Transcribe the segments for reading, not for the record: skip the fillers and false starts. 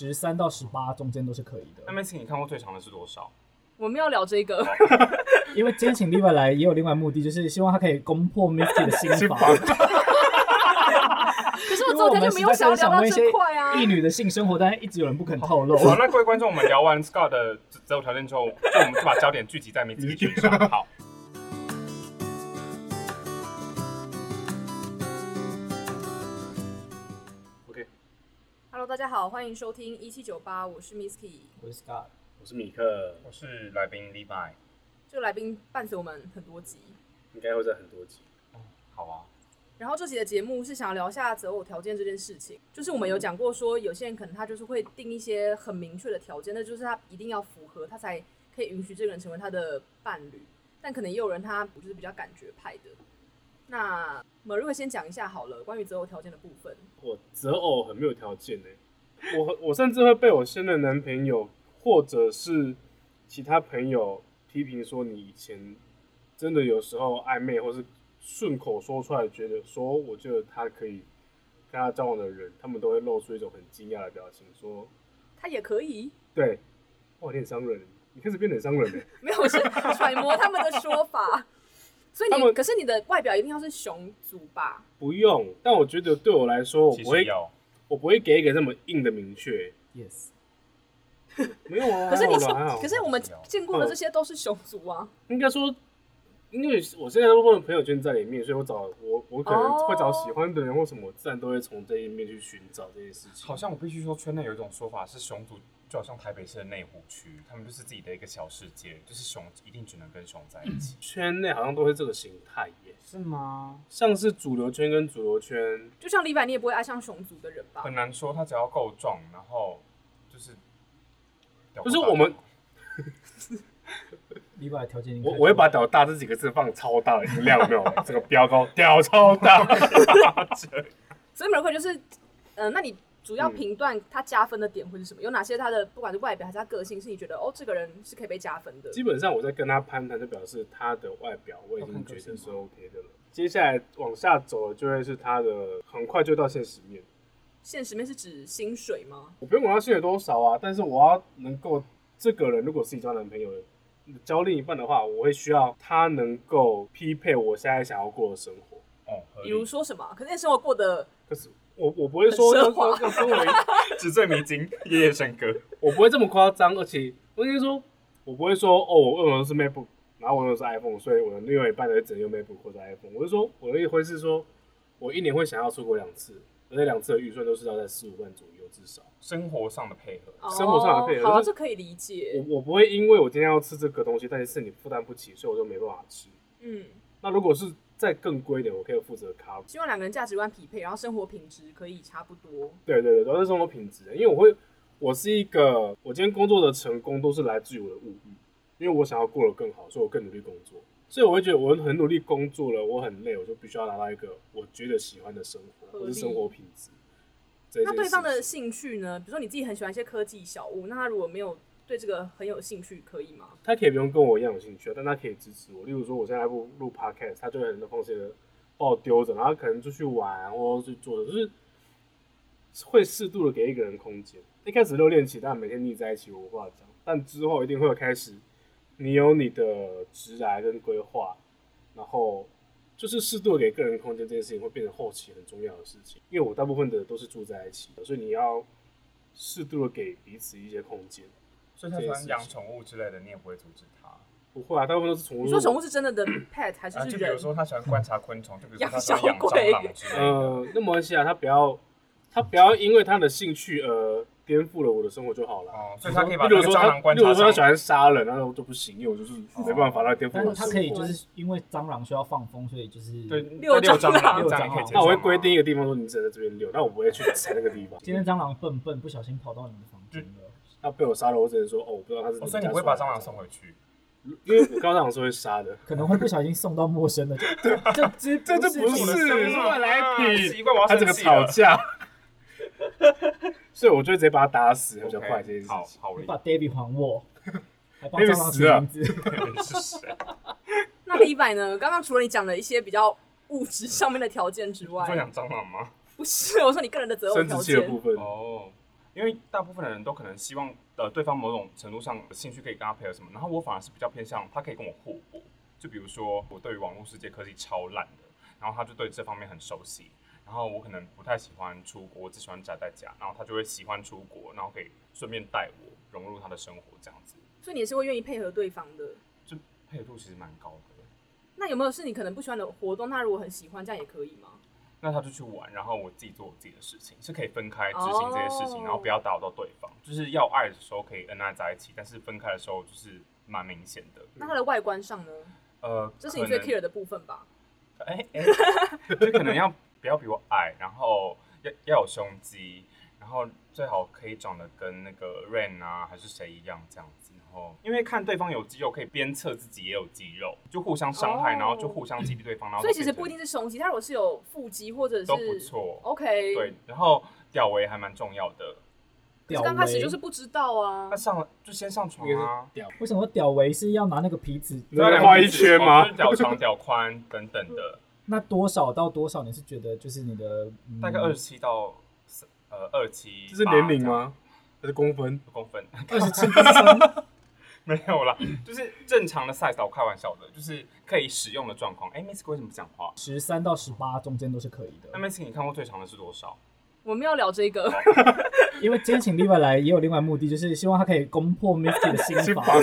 13到18中间都是可以的。 那 Misky 你看过最长的是多少？ 我们要聊这个， 因为今天请 Levi 来也有另外目的，就是希望他可以攻破 Misky 的心房。 可是我昨天就没有想要聊到这块啊。 异女的性生活，但是一直有人不肯透露。 好，那各位观众，我们聊完 Scott 的择偶条件之后，我们就把焦点聚集在 Misky 身上。好。 Hello， 大家好，欢迎收听1798，我是 Misky， 我是 Scott， 我是米克， 我是来宾 Levi。 这个来宾伴随我们很多集， 应该会在很多集。 好啊。 然后这集的节目是想要聊一下择偶条件这件事情，就是我们有讲过说，有些人可能他就是会定一些很明确的条件，那就是他一定要符合，他才可以允许这个人成为他的伴侣。但可能也有人他就是比较感觉派的。那我们如果先讲一下好了，关于择偶条件的部分。 我择偶很没有条件我甚至会被我现任男朋友或者是其他朋友批评说，你以前真的有时候暧昧或是顺口说出来，我觉得他可以跟他交往的人，他们都会露出一种很惊讶的表情，说他也可以。 对，哇，你很伤人，你开始变得很伤人没有，我是揣摩他们的说法。所以可是你的外表一定要是熊族吧？ 不用，但我觉得对我来说，我不会给一个这么硬的明确。 Yes， 没有啊。 可是我们见过的这些都是熊族啊。 应该说，因为我现在都问朋友圈在里面，所以我可能会找喜欢的人或什么，我自然都会从这一面去寻找这些事情。 好像我必须说，圈内有一种说法是，熊族就好像台北市的内湖区，他们就是自己的一个小世界，就是熊一定只能跟熊在一起。 圈内好像都会这个形态耶。 是吗？ 像是主流圈跟主流圈， 就像李白，你也不会爱上熊族的人吧？ 很难说，他只要够壮，然后就是我们。 Levi 条件我会把屌大这几个字放超大的音量，有没有？这个标高屌超大。 所以每回就是，那你主要评断他加分的点会是什么？有哪些他的不管是外表还是他个性，是你觉得这个人是可以被加分的？ 基本上我在跟他攀谈，就表示他的外表我已经觉得是 OK 的了。接下来往下走的就会是他的，很快就到现实面。 现实面是指薪水吗？ 我不用管他薪水多少啊，但是我要能够，这个人如果是你交男朋友的。交另一半的话，我会需要他能够匹配我现在想要过的生活。 比如说什么？可是生活过得， 可是我不会说要跟我纸醉迷津、夜夜笙歌， 我不会这么夸张，而且我应该说，我不会说我用的是 MacBook， 然后我用的是 iPhone， 所以我的另外一半的只能用 MacBook 或者 iPhone。我是说，我的意思会是说，我一年会想要出国2次，而且2次的预算都是要在15万左右至少。 生活上的配合， 好，这可以理解。 我不会因为我今天要吃这个东西，但是你负担不起，所以我就没办法吃。那如果是再更贵一点，我可以负责 cover。 希望两个人价值观匹配，然后生活品质可以差不多。 对，主要是生活品质。因为我是一个，我今天工作的成功都是来自于我的物欲，因为我想要过得更好，所以我更努力工作。所以我会觉得我很努力工作了，我很累，我就必须要拿到一个我觉得喜欢的生活，或是生活品质。 那对方的兴趣呢？比如说你自己很喜欢一些科技小物，那他如果没有对这个很有兴趣，可以吗？ 他可以不用跟我一样有兴趣，但他可以支持我。例如说，我现在录 podcast， 他就会很放心的把我丢着，然后可能就去玩或者去做，就是会适度的给一个人空间。一开始热恋期，当然每天腻在一起无话讲，但之后一定会开始，你有你的职涯跟规划，然后。就是适度的给个人空间这件事情会变成后期很重要的事情，因为我大部分的都是住在一起的，所以你要适度的给彼此一些空间。 所以他喜欢养宠物之类的，你也不会阻止他？ 不会啊，大部分都是宠物。 你说宠物是真的 pet 还是人？ 就比如说他喜欢观察昆虫，就比如说他喜欢养蟑螂之类的。 那没关系啊，他不要因为他的兴趣而颠覆了我的生活就好了。 所以他可以把那个蟑螂观察。 例如说他喜欢杀人，然后就不行，因为我就是没办法让他颠覆我的生活。 但是他可以就是因为蟑螂需要放风，所以就是遛蟑螂， 这样可以接受。 那我会规定一个地方说你只能在这边遛，但我不会去踩那个地方。 今天蟑螂笨不小心跑到你的房间了， 他被我杀了，我只能说我不知道他是。 所以你不会把蟑螂送回去？ 因为我刚刚是会杀的， 可能会不小心送到陌生的，这不是乱来奇怪，我要他这个吵架。所以我就直接把他打死，比较快这件事情。 好， 你把 David 还我，还帮蟑螂取名字。 是谁？ 那Levi呢？刚刚除了你讲的一些比较物质上面的条件之外， 你说养蟑螂吗？ 不是，我说你个人的择偶条件。 生殖器的部分。 因为大部分的人都可能希望对方某种程度上的兴趣可以跟他配合什么，然后我反而是比较偏向他可以跟我互补。就比如说我对于网络世界科技超烂的，然后他就对这方面很熟悉，然后我可能不太喜欢出国，我只喜欢宅在家，然后他就会喜欢出国，然后可以顺便带我融入他的生活这样子。 所以你也是会愿意配合对方的， 就配合度其实蛮高的。 那有没有是你可能不喜欢的活动？他如果很喜欢，这样也可以吗？ 那他就去玩，然后我自己做我自己的事情，是可以分开执行这些事情，然后不要打扰到对方。就是要爱的时候可以恩爱在一起，但是分开的时候就是蛮明显的。 那他的外观上呢？这是你最 care 的部分吧？ 就可能不要比我矮，然后要有胸肌，然后最好可以长得跟那个 Rain 啊还是谁一样这样子。然后因为看对方有肌肉，可以鞭策自己也有肌肉，就互相伤害，然后就互相激励对方。然后所以其实不一定是胸肌，他如果是有腹肌或者是都不错。 OK， 对，然后屌围还蛮重要的。 可是刚开始就是不知道啊。 那就先上床啊。 为什么屌围是要拿那个皮子再画一圈吗？ 就是屌长、屌宽等等的。 那多少到多少？你是觉得就是你的大概27到27， 这是年龄吗？还是公分 27 没有啦，就是正常的 size， 我开玩笑的，就是可以使用的状况。Miss 为什么不讲话 ？13到18中间都是可以的。 那 Miss 你看过最长的是多少？ 我们要聊这个， 因为今天请 Levi 来也有另外目的，就是希望他可以攻破 Misty 的心房。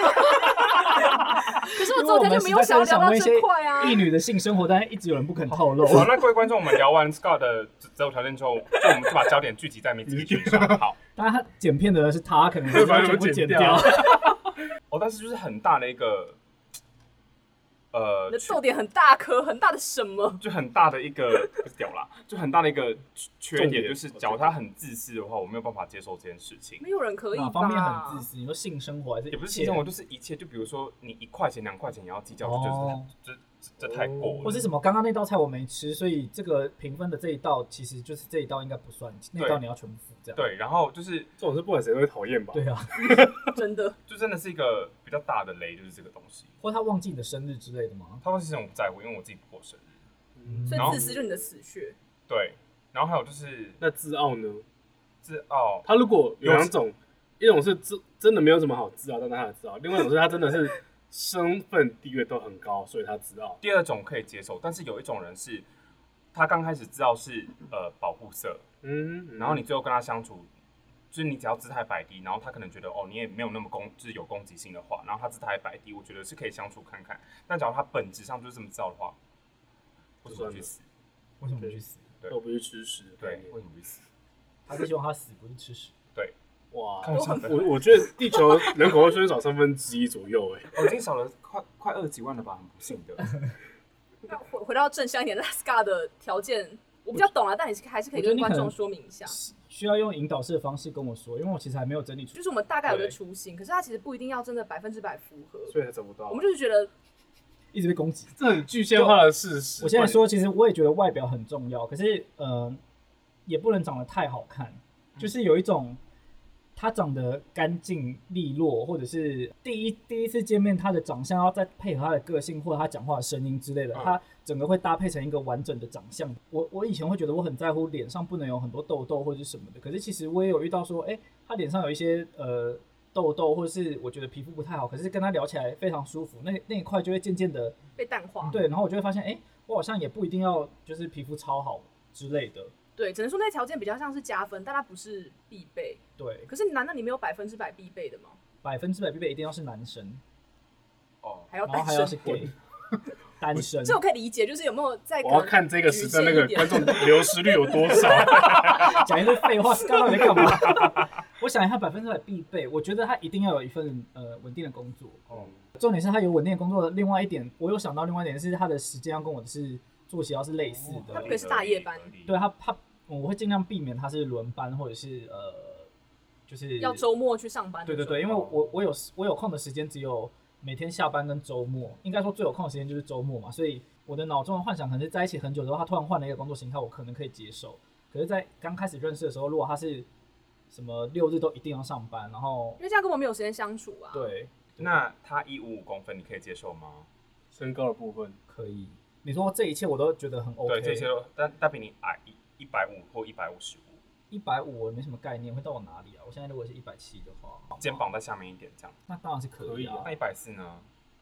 可是我昨天就没有想要聊到这块啊。 异女的性生活，但是一直有人不肯透露。 好，那各位观众，我们聊完 Scott 的择偶条件之后，我们就把焦点聚集在 Misty 身上。好， 当然他剪片的是他，可能会把全部剪掉。 但是就是很大的一个。 你的逗点很大颗，很大的什么？ 就很大的一个不是屌啦，就很大的一个缺点，就是假如他很自私的话，我没有办法接受这件事情。 没有人可以吧？ 哪方面很自私？你说性生活还是？ 也不是性生活，就是一切。就比如说你1块钱、2块钱也要计较，就是这太过了。 或是什么？刚刚那道菜我没吃，所以这个评分的这一道其实就是这一道应该不算，那道你要全部付这样。 对，然后就是这种事不管谁都会讨厌吧？ 对啊， 真的， 就真的是一个比较大的雷，就是这个东西。 或他忘记你的生日之类的吗？ 他忘记生日我不在乎，因为我自己不过生日。 所以自私就是你的死穴。 对，然后还有就是那自傲呢？ 自傲， 他如果有2种，一种是真的没有什么好自傲，但他的自傲；另外一种是他真的是身份地位都很高，所以他自傲。 第2种可以接受，但是有一种人是，他刚开始自傲是保护色，然后你最后跟他相处，就是你只要姿态摆低，然后他可能觉得你也没有那么就是有攻击性的话，然后他姿态摆低，我觉得是可以相处看看。但假如他本质上就是这么自傲的话，为什么去死？ 为什么不去死？ 对， 都不去吃屎。 对，为什么去死？ 他是希望他死，不是吃屎。 对， 哇，我觉得地球人口会瞬间少1/3左右， 已经少了快20几万了吧，很不幸的。 那回到正向一点 ，Scott 的条件我比较懂了，但你还是可以跟观众说明一下。 需要用引导式的方式跟我说，因为我其实还没有整理出。 就是我们大概有个雏形，可是它其实不一定要真的100%符合， 所以还找不到。 我们就是觉得一直被攻击， 这很具象化的事实。 我现在说，其实我也觉得外表很重要，可是也不能长得太好看，就是有一种他长得干净利落，或者是第一次见面他的长相要再配合他的个性或者他讲话的声音之类的，他整个会搭配成一个完整的长相。我以前会觉得我很在乎脸上不能有很多痘痘或者是什么的，可是其实我也有遇到说，他脸上有一些痘痘，或者是我觉得皮肤不太好，可是跟他聊起来非常舒服，那一块就会渐渐的被淡化。 对，然后我就会发现，我好像也不一定要就是皮肤超好之类的。 对，只能说那些条件比较像是加分，但它不是必备。 对。 可是难道你没有100%必备的吗 ？100%必备一定要是男生。 还要单身。 然后还要是 gay。单身。 这我可以理解，就是有没有在。 我要看这个时段那个观众流失率有多少。 讲一堆废话，刚刚在干嘛？我想一下100%必备，我觉得他一定要有一份稳定的工作。重点是他有稳定的工作的另外一点，我有想到另外一点是他的时间要跟我的是作息要是类似的。 他不可以是大夜班。 对他我会尽量避免他是轮班或者是就是要周末去上班。 对，因为我有空的时间只有每天下班跟周末，应该说最有空的时间就是周末嘛，所以我的脑中的幻想可能是在一起很久之后，他突然换了一个工作形态，我可能可以接受。可是，在刚开始认识的时候，如果他是什么6日都一定要上班，然后因为这样根本没有时间相处啊。 对， 那他155公分，你可以接受吗？ 身高的部分可以。你说这一切我都觉得很 OK。 对，这些都但比你矮150或155。 150我没什么概念，会到我哪里啊？我现在如果是170的话， 肩膀在下面一点这样。 那当然是可以啊。 那140呢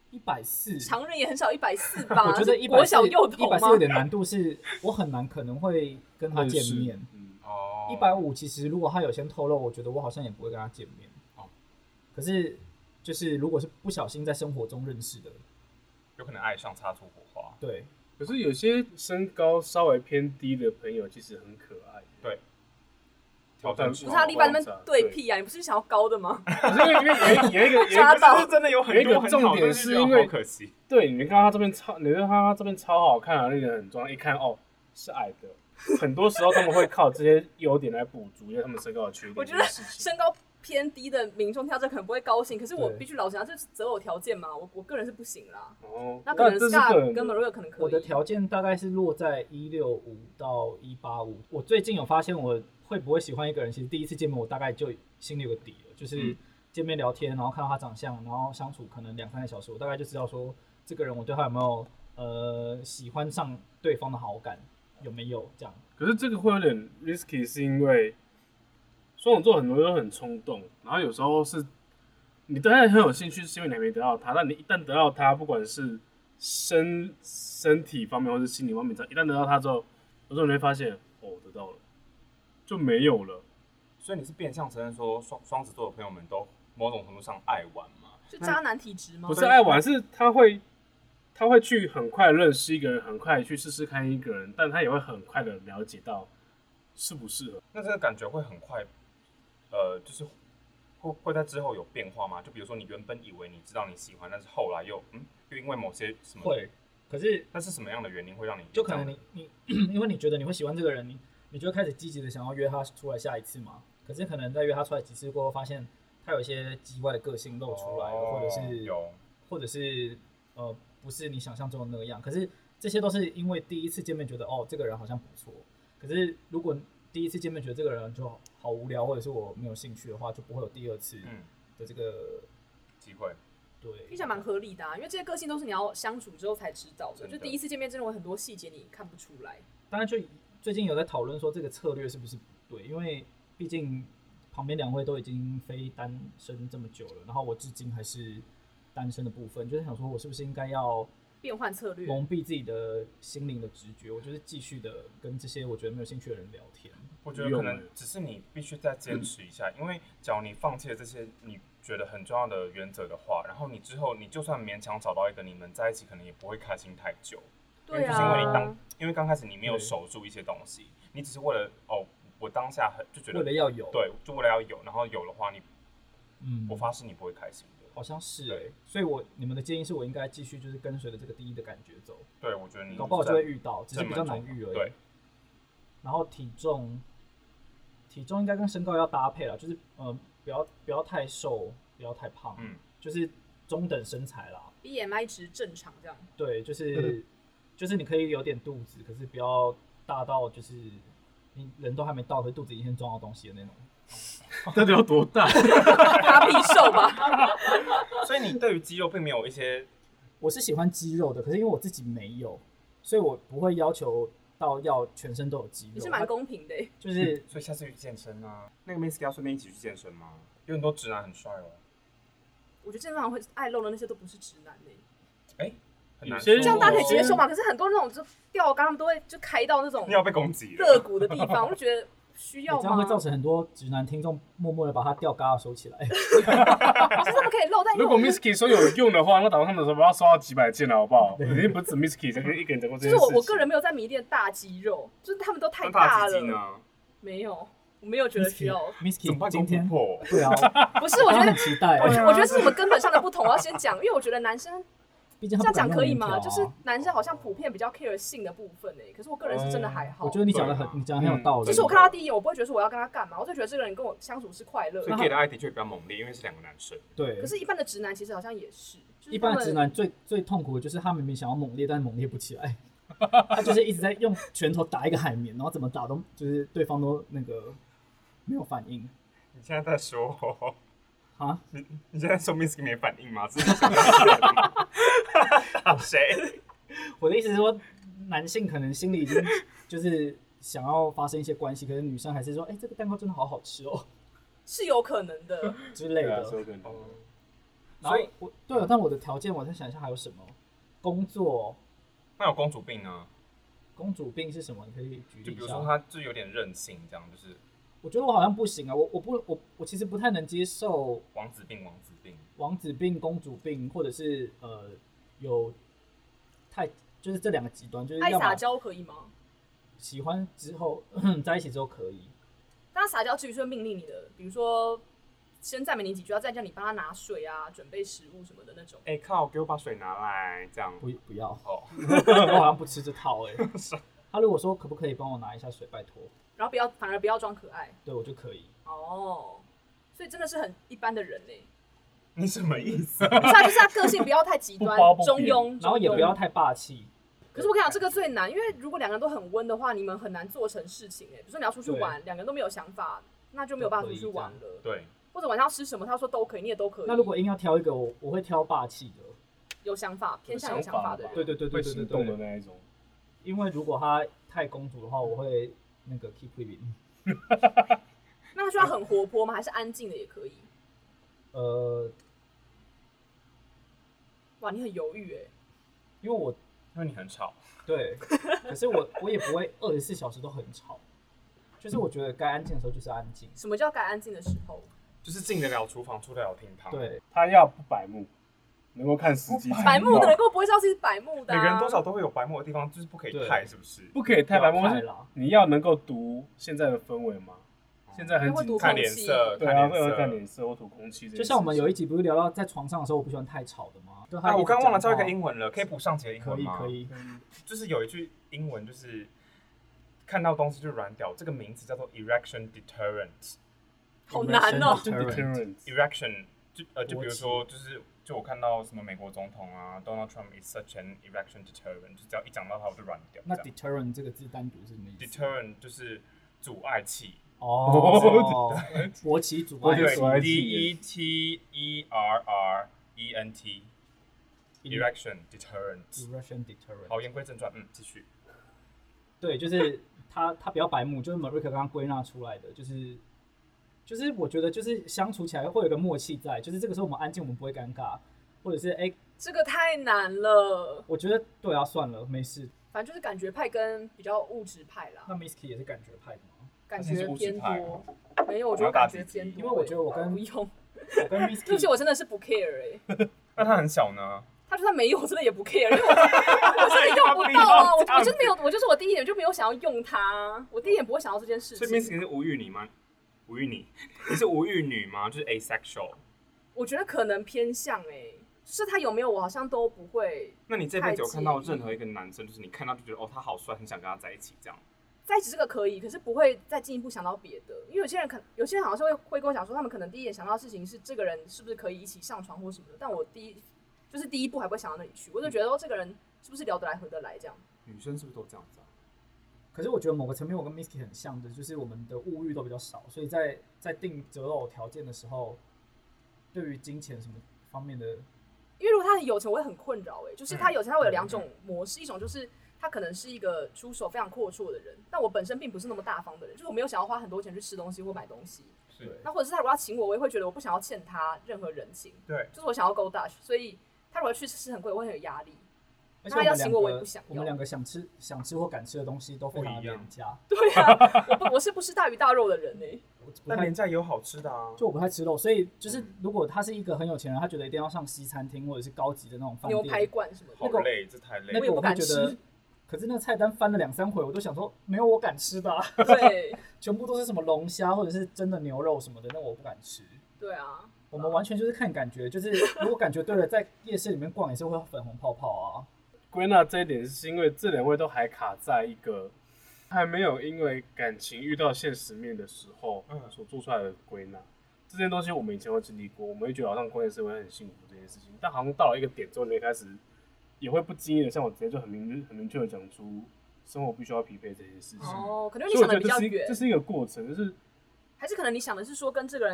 ？140， 常人也很少140吧？ 我觉得国小幼童吗 140有点难度是，我很难可能会跟他见面。 哦 150其实如果他有先透露，我觉得我好像也不会跟他见面。 哦， 可是就是如果是不小心在生活中认识的， 有可能爱上擦出火花。 对。 可是有些身高稍微偏低的朋友其实很可爱。 对。挑战不是他立班那边对屁啊！你不是想要高的吗？ 可是因为有一个抓到真的有很多有一个重点是因为好可惜。 对，你看他这边超，你看他这边超好看啊，那个很壮，一看哦是矮的。很多时候他们会靠这些优点来补足，因为他们身高的缺点。 我觉得身高偏低的民众听到这可能不会高兴，可是我必须老实讲，这是择偶条件嘛，我个人是不行啦。 哦， 那可能 Scott 跟 Maria 可能可以。 我的条件大概是落在165到185。我最近有发现我会不会喜欢一个人，其实第一次见面我大概就心里有个底了，就是见面聊天，然后看到他长相，然后相处可能2-3个小时，我大概就知道说这个人我对他有没有喜欢上对方的好感，有没有这样。 可是这个会有点 risky， 是因为双子座很多都很冲动，然后有时候是你对他很有兴趣，是因为你还没得到他，但你一旦得到他，不管是身体方面或是心理方面，一旦得到他之后，有时候你会发现，哦，得到了就没有了。 所以你是变相承认说双子座的朋友们都某种程度上爱玩吗？ 是渣男体质吗？ 不是爱玩，是他会去很快认识一个人，很快去试试看一个人，但他也会很快的了解到适不适合。 那这个感觉会很快，就是会在之后有变化吗？就比如说你原本以为你知道你喜欢，但是后来又因为某些什么会，可是那是什么样的原因会让你就可能你因为你觉得你会喜欢这个人，你就会开始积极的想要约他出来下一次嘛。可是可能在约他出来几次过后，发现他有一些叽歪的个性露出来了，或者是不是你想象中的那样。可是这些都是因为第一次见面觉得哦这个人好像不错，可是如果第一次见面觉得这个人就好无聊，或者是我没有兴趣的话，就不会有第二次的这个机会。 对， 听起来蛮合理的啊，因为这些个性都是你要相处之后才知道的，就第一次见面真的有很多细节你看不出来。 当然，就最近有在讨论说这个策略是不是不对，因为毕竟旁边2位都已经非单身这么久了，然后我至今还是单身的部分，就是想说我是不是应该要变换策略， 蒙蔽自己的心灵的直觉，我就是继续的跟这些我觉得没有兴趣的人聊天。 我觉得可能只是你必须再坚持一下，因为假如你放弃了这些你觉得很重要的原则的话，然后你之后你就算勉强找到一个你们在一起，可能也不会开心太久。 对啊， 就是因为刚开始你没有守住一些东西，你只是为了我当下就觉得为了要有， 对，就为了要有，然后有的话我发誓你不会开心的。 好像是所以你们的建议是我应该继续就是跟随着这个第一的感觉走。 对，我觉得你搞不好就会遇到，只是比较难遇而已。 对。 然后体重应该跟身高要搭配啦，就是不要太瘦，不要太胖，就是中等身材啦。 BMI 值正常这样。 对，就是你可以有点肚子，可是不要大到就是你人都还没到，可是肚子已经先装到东西的那种。 到底要多大？ 哈皮瘦吧。 所以你对于肌肉并没有一些， 我是喜欢肌肉的，可是因为我自己没有，所以我不会要求到要全身都有肌肉。 你是蛮公平的就是所以下次去健身啊，那个 Misky 要顺便一起去健身吗？有很多直男很帅哦。 我觉得健身房会爱露的那些都不是直男很难这样大家可以接受吗？可是很多那种就吊杆他们都会就开到那种你要被攻击肋骨的地方，我就觉得需要吗？ 这样会造成很多直男听众默默的把他吊嘎收起来。 就是他们可以露，但如果 Misky 说有用的话，那打算他们的时候不要收到几百件了，好不好？已经不止 Misky 才跟一个人讲过这件事情。 就是我个人没有在迷恋大肌肉，就是他们都太大了。没有，我没有觉得需要。 Misky 今天对啊， 不是，我觉得很期待。 我觉得是我们根本上的不同，我要先讲，因为我觉得男生。这样讲可以吗？就是男生好像普遍比较 care 性的部分可是我个人是真的还好。 我觉得你讲的很有道理。 就是我看他第一眼，我不会觉得说我要跟他干嘛，我就觉得这个人跟我相处是快乐。 所以 gay 的爱的确比较猛烈，因为是2个男生。 对。 可是，一般的直男其实好像也是。 一般的直男最痛苦的就是他明明想要猛烈，但是猛烈不起来。他就是一直在用拳头打一个海绵，然后怎么打都就是对方都那个没有反应。 你现在在说啊？ 你现在说 Misky 没反应吗？是打谁？ 我的意思是说，男性可能心里已经就是想要发生一些关系，可是女生还是说，这个蛋糕真的好好吃哦是有可能的。 之类的。 是有可能的。 然后但我的条件我再想一下还有什么？工作， 那有公主病呢？ 公主病是什么？你可以举例一下。 就比如说她就有点任性，这样就是我觉得我好像不行啊，我其实不太能接受王子病。 王子病、公主病，或者是有就是这两个极端，就是爱撒要么娇可以吗？ 喜欢之后在一起之后可以， 但他撒娇至于是会命令你的，比如说先赞美你几句，要再叫你帮他拿水啊、准备食物什么的那种。 靠，给我把水拿来，这样不要， 哦， 我好像不吃这套他如果说可不可以帮我拿一下水，拜托， 然后反而不要装可爱。 对我就可以。 哦，所以真的是很一般的人呢。 你什么意思？ 不是啊，就是他个性不要太极端不褒不，贬中庸， 然后也中庸不要太霸气。 可是我跟你讲，这个最难，因为如果两个人都很温的话，你们很难做成事情。比如说你要出去玩，两个人都没有想法，那就没有办法出去玩了。 对， 或者晚上要吃什么，他说都可以，你也都可以。 那如果硬要挑一个，我会挑霸气的， 有想法、偏向有想法的人， 对， 会行动的那一种。 因为如果他太公主的话，我会那个 keep living。 那他需要很活泼吗？还是安静的也可以？哇，你很犹豫哎。 因为你很吵。 对，可是我也不会24小时都很吵，就是我觉得该安静的时候就是安静。 什么叫该安静的时候？ 就是进得了厨房，出得了厅堂。 对， 他要不白目，能够看时机。 白目的人根本不会知道自己是白目的。 每个人多少都会有白目的地方，就是不可以太，是不是？ 不可以太白目， 是你要能够读现在的氛围嘛。现在很紧张， 看脸色， 对啊，会看脸色或吐空气。 就像我们有一集不是聊到在床上的时候，我不喜欢太吵的吗？ 我刚忘了教一个英文了，可以补上节的英文吗？ 可以。 就是有一句英文，就是看到东西就软掉，这个名字叫做 erection deterrent。 好难哦 ！erection 就比如说，就我看到什么美国总统啊 ，Donald Trump is such an erection deterrent， 就只要一讲到他我就软掉。 那 deterrent 这个字单独是什么意思 ？deterrent 就是阻碍器。 勃起阻碍器。 DETERRENT。Erection deterrent。好，言归正传，继续。 对，就是他比较白目，就是 Marika 刚刚归纳出来的，就是我觉得就是相处起来会有个默契在，就是这个时候我们安静，我们不会尴尬，或者是这个太难了。 我觉得对啊，算了，没事。 反正就是感觉派跟比较物质派啦。 那 Misky 也是感觉派的吗？ 感觉偏多，没有，我觉得感觉偏多。 因为我觉得我跟 Misky， 对不起，我真的是不 care 那他很小呢？ 他就算没有，我真的也不 care，因为我真的用不到啊！我真的没有，我就是我第一眼就没有想要用它，我第一眼不会想到这件事情。 所以 Misky 是无欲女吗？无欲女，你是无欲女吗？就是 asexual。 我觉得可能偏向就是他有没有我好像都不会。 那你这辈子有看到任何一个男生，就是你看到就觉得他好帅，很想跟他在一起这样？ 在一起这个可以，可是不会再进一步想到别的，因为有些人好像是会跟我讲说，他们可能第一眼想到的事情是这个人是不是可以一起上床或什么的，但我第一步还不会想到那里去，我就觉得这个人是不是聊得来合得来这样。 女生是不是都这样子啊？ 可是我觉得某个层面我跟 Misky 很像的，就是我们的物欲都比较少，所以在定择偶条件的时候，对于金钱什么方面的， 因为如果他很有钱，我会很困扰就是他有钱，他会有两种模式，一种就是他可能是一个出手非常阔绰的人，但我本身并不是那么大方的人，就是我没有想要花很多钱去吃东西或买东西。 是。 那或者是他如果要请我，我也会觉得我不想要欠他任何人情。 对。 就是我想要 go Dutch， 所以他如果去吃很贵，我会很有压力。 而且他要请我，我也不想要。 我们两个想吃或敢吃的东西都非常的廉价。 对啊，我是不吃大鱼大肉的人但廉价也有好吃的啊。 就我不太吃肉，所以就是如果他是一个很有钱人，他觉得一定要上西餐厅或者是高级的那种饭店， 牛排馆什么的， 好累，这太累。 那个我会觉得，可是那个菜单翻了2-3回，我都想说没有我敢吃的。 对， 全部都是什么龙虾或者是真的牛肉什么的，那我不敢吃。 对啊， 我们完全就是看感觉，就是如果感觉对了，在夜市里面逛也是会粉红泡泡啊。 归纳这一点是因为这两位都还卡在一个还没有因为感情遇到现实面的时候所做出来的归纳。这件东西我们以前会经历过，我们会觉得好像工业社会很幸福这件事情，但好像到了一个点之后，你开始也会不经意的，像我直接就很明确的讲出生活必须要匹配这件事情。 可能你想的比较远， 这是一个过程，就是还是可能你想的是说跟这个人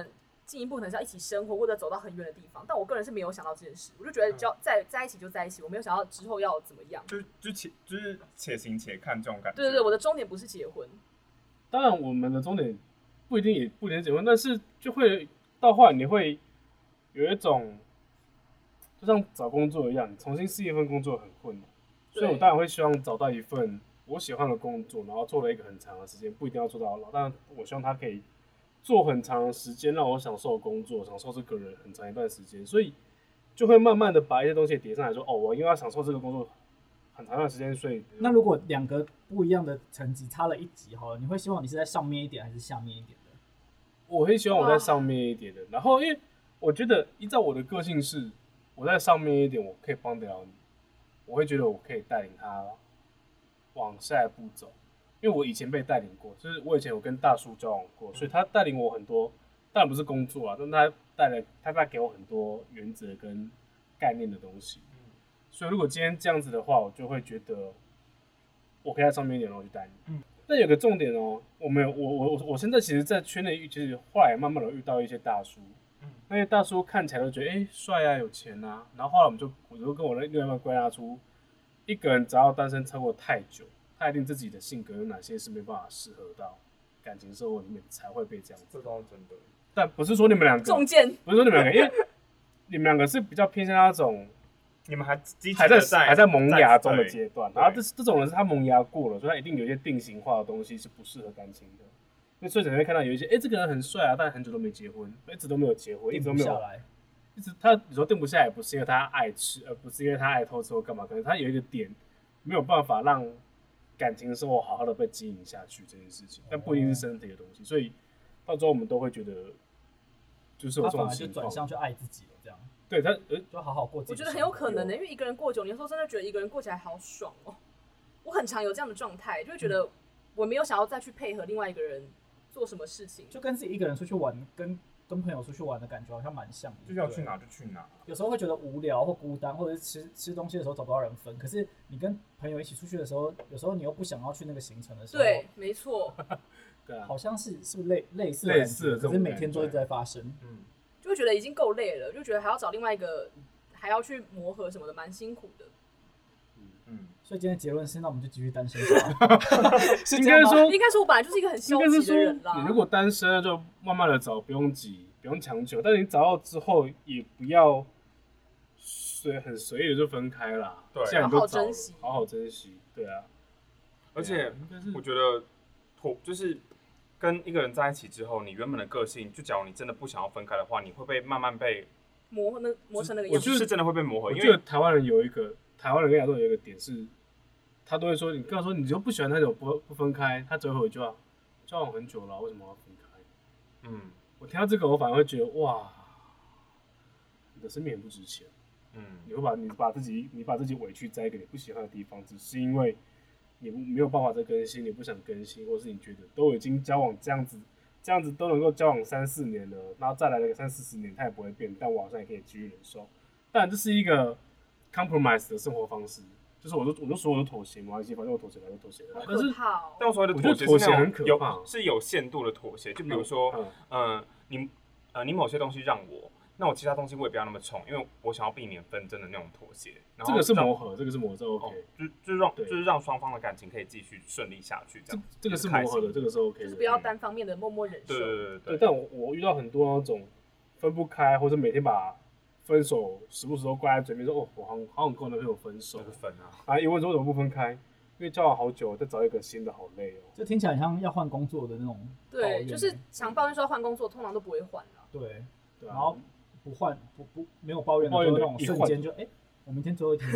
进一步可能是要一起生活或者走到很远的地方，但我个人是没有想到这件事，我就觉得只要在一起就在一起，我没有想到之后要怎么样。 就是且行且看这种感觉。 对，我的终点不是结婚。 当然，我们的终点不一定是结婚，但是就会到后来你会有一种，就像找工作一样，你重新试一份工作很困难，所以我当然会希望找到一份我喜欢的工作，然后做了一个很长的时间，不一定要做到老，但我希望他可以做很长的时间，让我享受工作，享受这个人很长一段时间，所以就会慢慢的把一些东西叠上来说，哦，我因为要享受这个工作很长一段时间，所以那如果2个不一样的层级差了1级好了，你会希望你是在上面一点还是下面一点的？ 我会希望我在上面一点的。然后，因为我觉得依照我的个性是，我在上面一点，我可以帮得了你，我会觉得我可以带领他往下一步走。因为我以前被带领过，就是我以前有跟大叔交往过，所以他带领我很多，当然不是工作啊，但他带给我很多原则跟概念的东西。所以如果今天这样子的话，我就会觉得我可以在上面一点，然后去带你。但有个重点哦，我现在其实，在圈内其实后来慢慢的遇到一些大叔，那些大叔看起来都觉得帅啊，有钱啊，然后后来我就跟我的另外一半归纳出，一个人只要单身超过太久，他一定自己的性格有哪些是没办法适合到感情生活里面才会被这样子。 这倒是真的。 但不是说你们两个中箭， 不是说你们两个，因为你们两个是比较偏向那种。 你们还在萌芽中的阶段，然后这种人是他萌芽过了，所以他一定有一些定型化的东西是不适合感情的。所以才会看到有一些，这个人很帅啊，但很久都没结婚，一直都没有结婚，一直都没有下来， 一直他你说定不下来，不是因为他爱吃，而不是因为他爱偷吃或干嘛，可能他有一个点没有办法让感情生活好好的被经营下去这件事情，但不一定是身体的东西，所以到最后我们都会觉得，就是有这种情况， 他反而就转向去爱自己了，这样。 对他就好好过自己。 我觉得很有可能的，因为一个人过久，你有时候真的觉得一个人过起来好爽哦。我很常有这样的状态，就会觉得我没有想要再去配合另外一个人做什么事情， 就跟自己一个人出去玩，跟朋友出去玩的感觉好像蛮像的。 就是要去哪就去哪。 有时候会觉得无聊或孤单，或者是吃东西的时候找不到人分。可是你跟朋友一起出去的时候，有时候你又不想要去那个行程的时候， 对，没错。 对啊， 好像是不是类似的感觉，可是每天都一直在发生。 就会觉得已经够累了，就觉得还要找另外一个，还要去磨合什么的，蛮辛苦的。 所以今天的结论是，那我们就继续单身吧。 应该说，我本来就是一个很消极的人啦。 你如果单身，就慢慢的找，不用急，不用强求。但是你找到之后，也不要很随意的就分开啦。 对， 既然你都找了， 好好珍惜。对啊， 而且我觉得就是跟一个人在一起之后，你原本的个性，就假如你真的不想要分开的话，你会被慢慢被磨成那个样子。 我就是真的会被磨合。 我觉得台湾人跟亚洲人有一个点是，他都会说，你跟他说你就不喜欢他，就不分开，他只会回一句话：交往很久了，为什么要分开？我听到这个，我反而会觉得哇，你的生命很不值钱。你把自己委屈在一个你不喜欢的地方，只是因为你没有办法再更新，你不想更新，或是你觉得都已经交往这样子都能够交往3-4年了，然后再来那个30-40年，它也不会变，但我好像也可以继续忍受。当然，这是一个 compromise 的生活方式，就是我就说我的妥协嘛，反正我妥协了就妥协了。 可怕哦！ 但我所谓的妥协很可怕， 是有限度的妥协。就比如说，你某些东西让我。那我其他东西我也不要那么冲，因为我想要避免纷争的那种妥协。 这个是磨合，这个是磨合， OK。 就是让双方的感情可以继续顺利下去，这样。 这个是磨合的，这个是 OK 的。 就是不要单方面的默默忍受。 对。 但我遇到很多那种分不开，或者每天把分手时不时都挂在嘴边说，我好想跟我男朋友分手。 分啊！ 一问说为什么不分开？因为交往好久，再找一个新的好累哦。 这听起来像要换工作的那种。 对，就是常抱怨说要换工作，通常都不会换了。 对，然后。不换不没有抱怨的，就那种瞬间就我明天最后一天，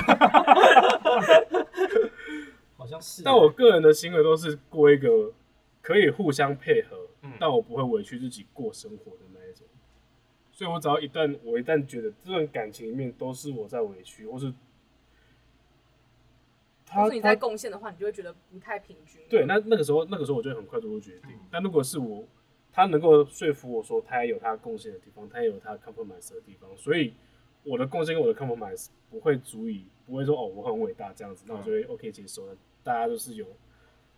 好像是。 但我个人的行为都是过一个可以互相配合，但我不会委屈自己过生活的那一种。所以我只要一旦觉得这段感情里面都是我在委屈，或是你在贡献的话，你就会觉得不太平均。 对，那个时候我就会很快做出决定。但如果是他能够说服我说，他也有他贡献的地方，他也有他 compromise 的地方，所以我的贡献跟我的 compromise 不会足以，不会说我很伟大这样子，那我就会 OK 接受。大家都是有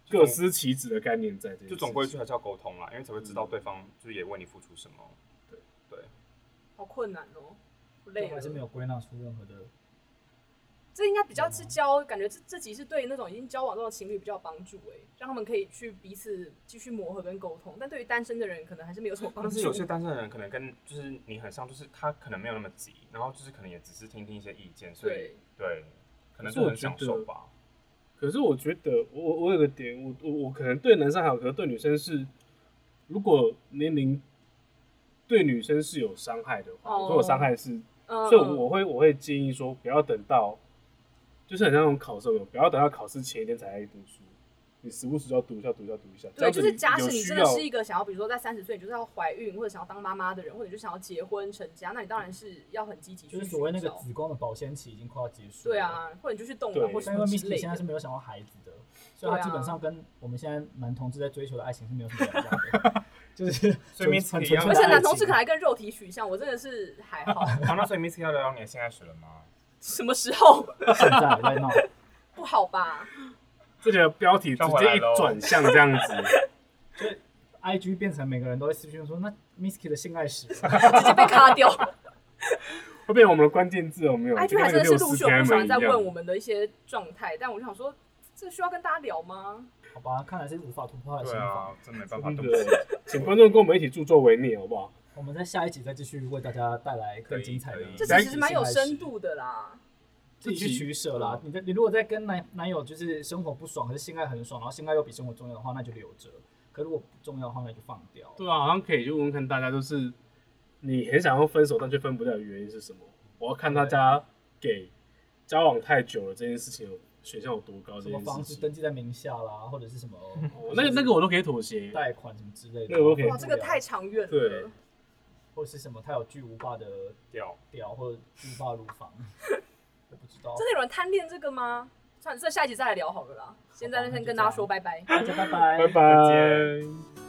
各司其职的概念在这件事情， 就总归就还是要沟通啦，因为才会知道对方就是也为你付出什么。对， 好困难哦，累了。 还是没有归纳出任何的。 这应该比较是感觉这集是对那种已经交往中的情侣比较有帮助让他们可以去彼此继续磨合跟沟通。但对于单身的人，可能还是没有什么帮助。 但是有些单身的人可能跟就是你很像，就是他可能没有那么急，然后就是可能也只是听听一些意见，所以对，可能就很享受吧。 可是我觉得我有个点，我可能对男生还好，可是对女生是，如果年龄对女生是有伤害的话，我说我伤害是，所以我会建议说，不要等到，就是很像那种考试，不要等到考试前一天才来读书，你时不时就要读一下。 对，就是假使你真的是一个想要，比如说在30岁，你就是要怀孕或者想要当妈妈的人，或者你就想要结婚成家，那你当然是要很积极去就是所谓那个子宫的保鲜期已经快要结束了。 对啊，或者你就去冻卵或什么之类的。 因为 Misky 现在是没有想要孩子的，所以他基本上跟我们现在男同志在追求的爱情是没有什么两样的。就是所以 Misky 而且男同志可能还更肉体取向，我真的是还好。 好，那所以 Misky 要聊聊你的性爱史了吗？ 什么时候？ 现在在闹， 不好吧？ 这个标题直接一转向这样子， 就 IG 变成每个人都会私讯说，那 Misky 的性爱史直接被卡掉。 会变成我们的关键字，有没有 ？IG 还真的是陆续有不少人在问我们的一些状态，但我就想说，这需要跟大家聊吗？ 好吧，看来是无法突破的心法。 真没办法，对不起， 请观众跟我们一起助纣为虐，好不好？ 我们在下一集再继续为大家带来更精彩的。 这其实蛮有深度的啦。 自己去取舍啦。你如果在跟男友就是生活不爽，可是性爱很爽，然后性爱又比生活重要的话，那就留着。可如果不重要的话，那就放掉。 对啊，好像可以就问问看大家，就是你很想要分手，但却分不掉的原因是什么？我要看大家给交往太久了这件事情选项有多高。 什么房子登记在名下啦，或者是什么？ 那个我都可以妥协， 贷款什么之类的。 那个我都可以。 哇，这个太长远了。 对。 或者是什么，他有巨无霸的屌，或者巨无霸乳房。我不知道， 真的有人贪恋这个吗？算了，这下一集再来聊好了啦。现在先跟大家说拜拜， 大家拜拜， 拜拜。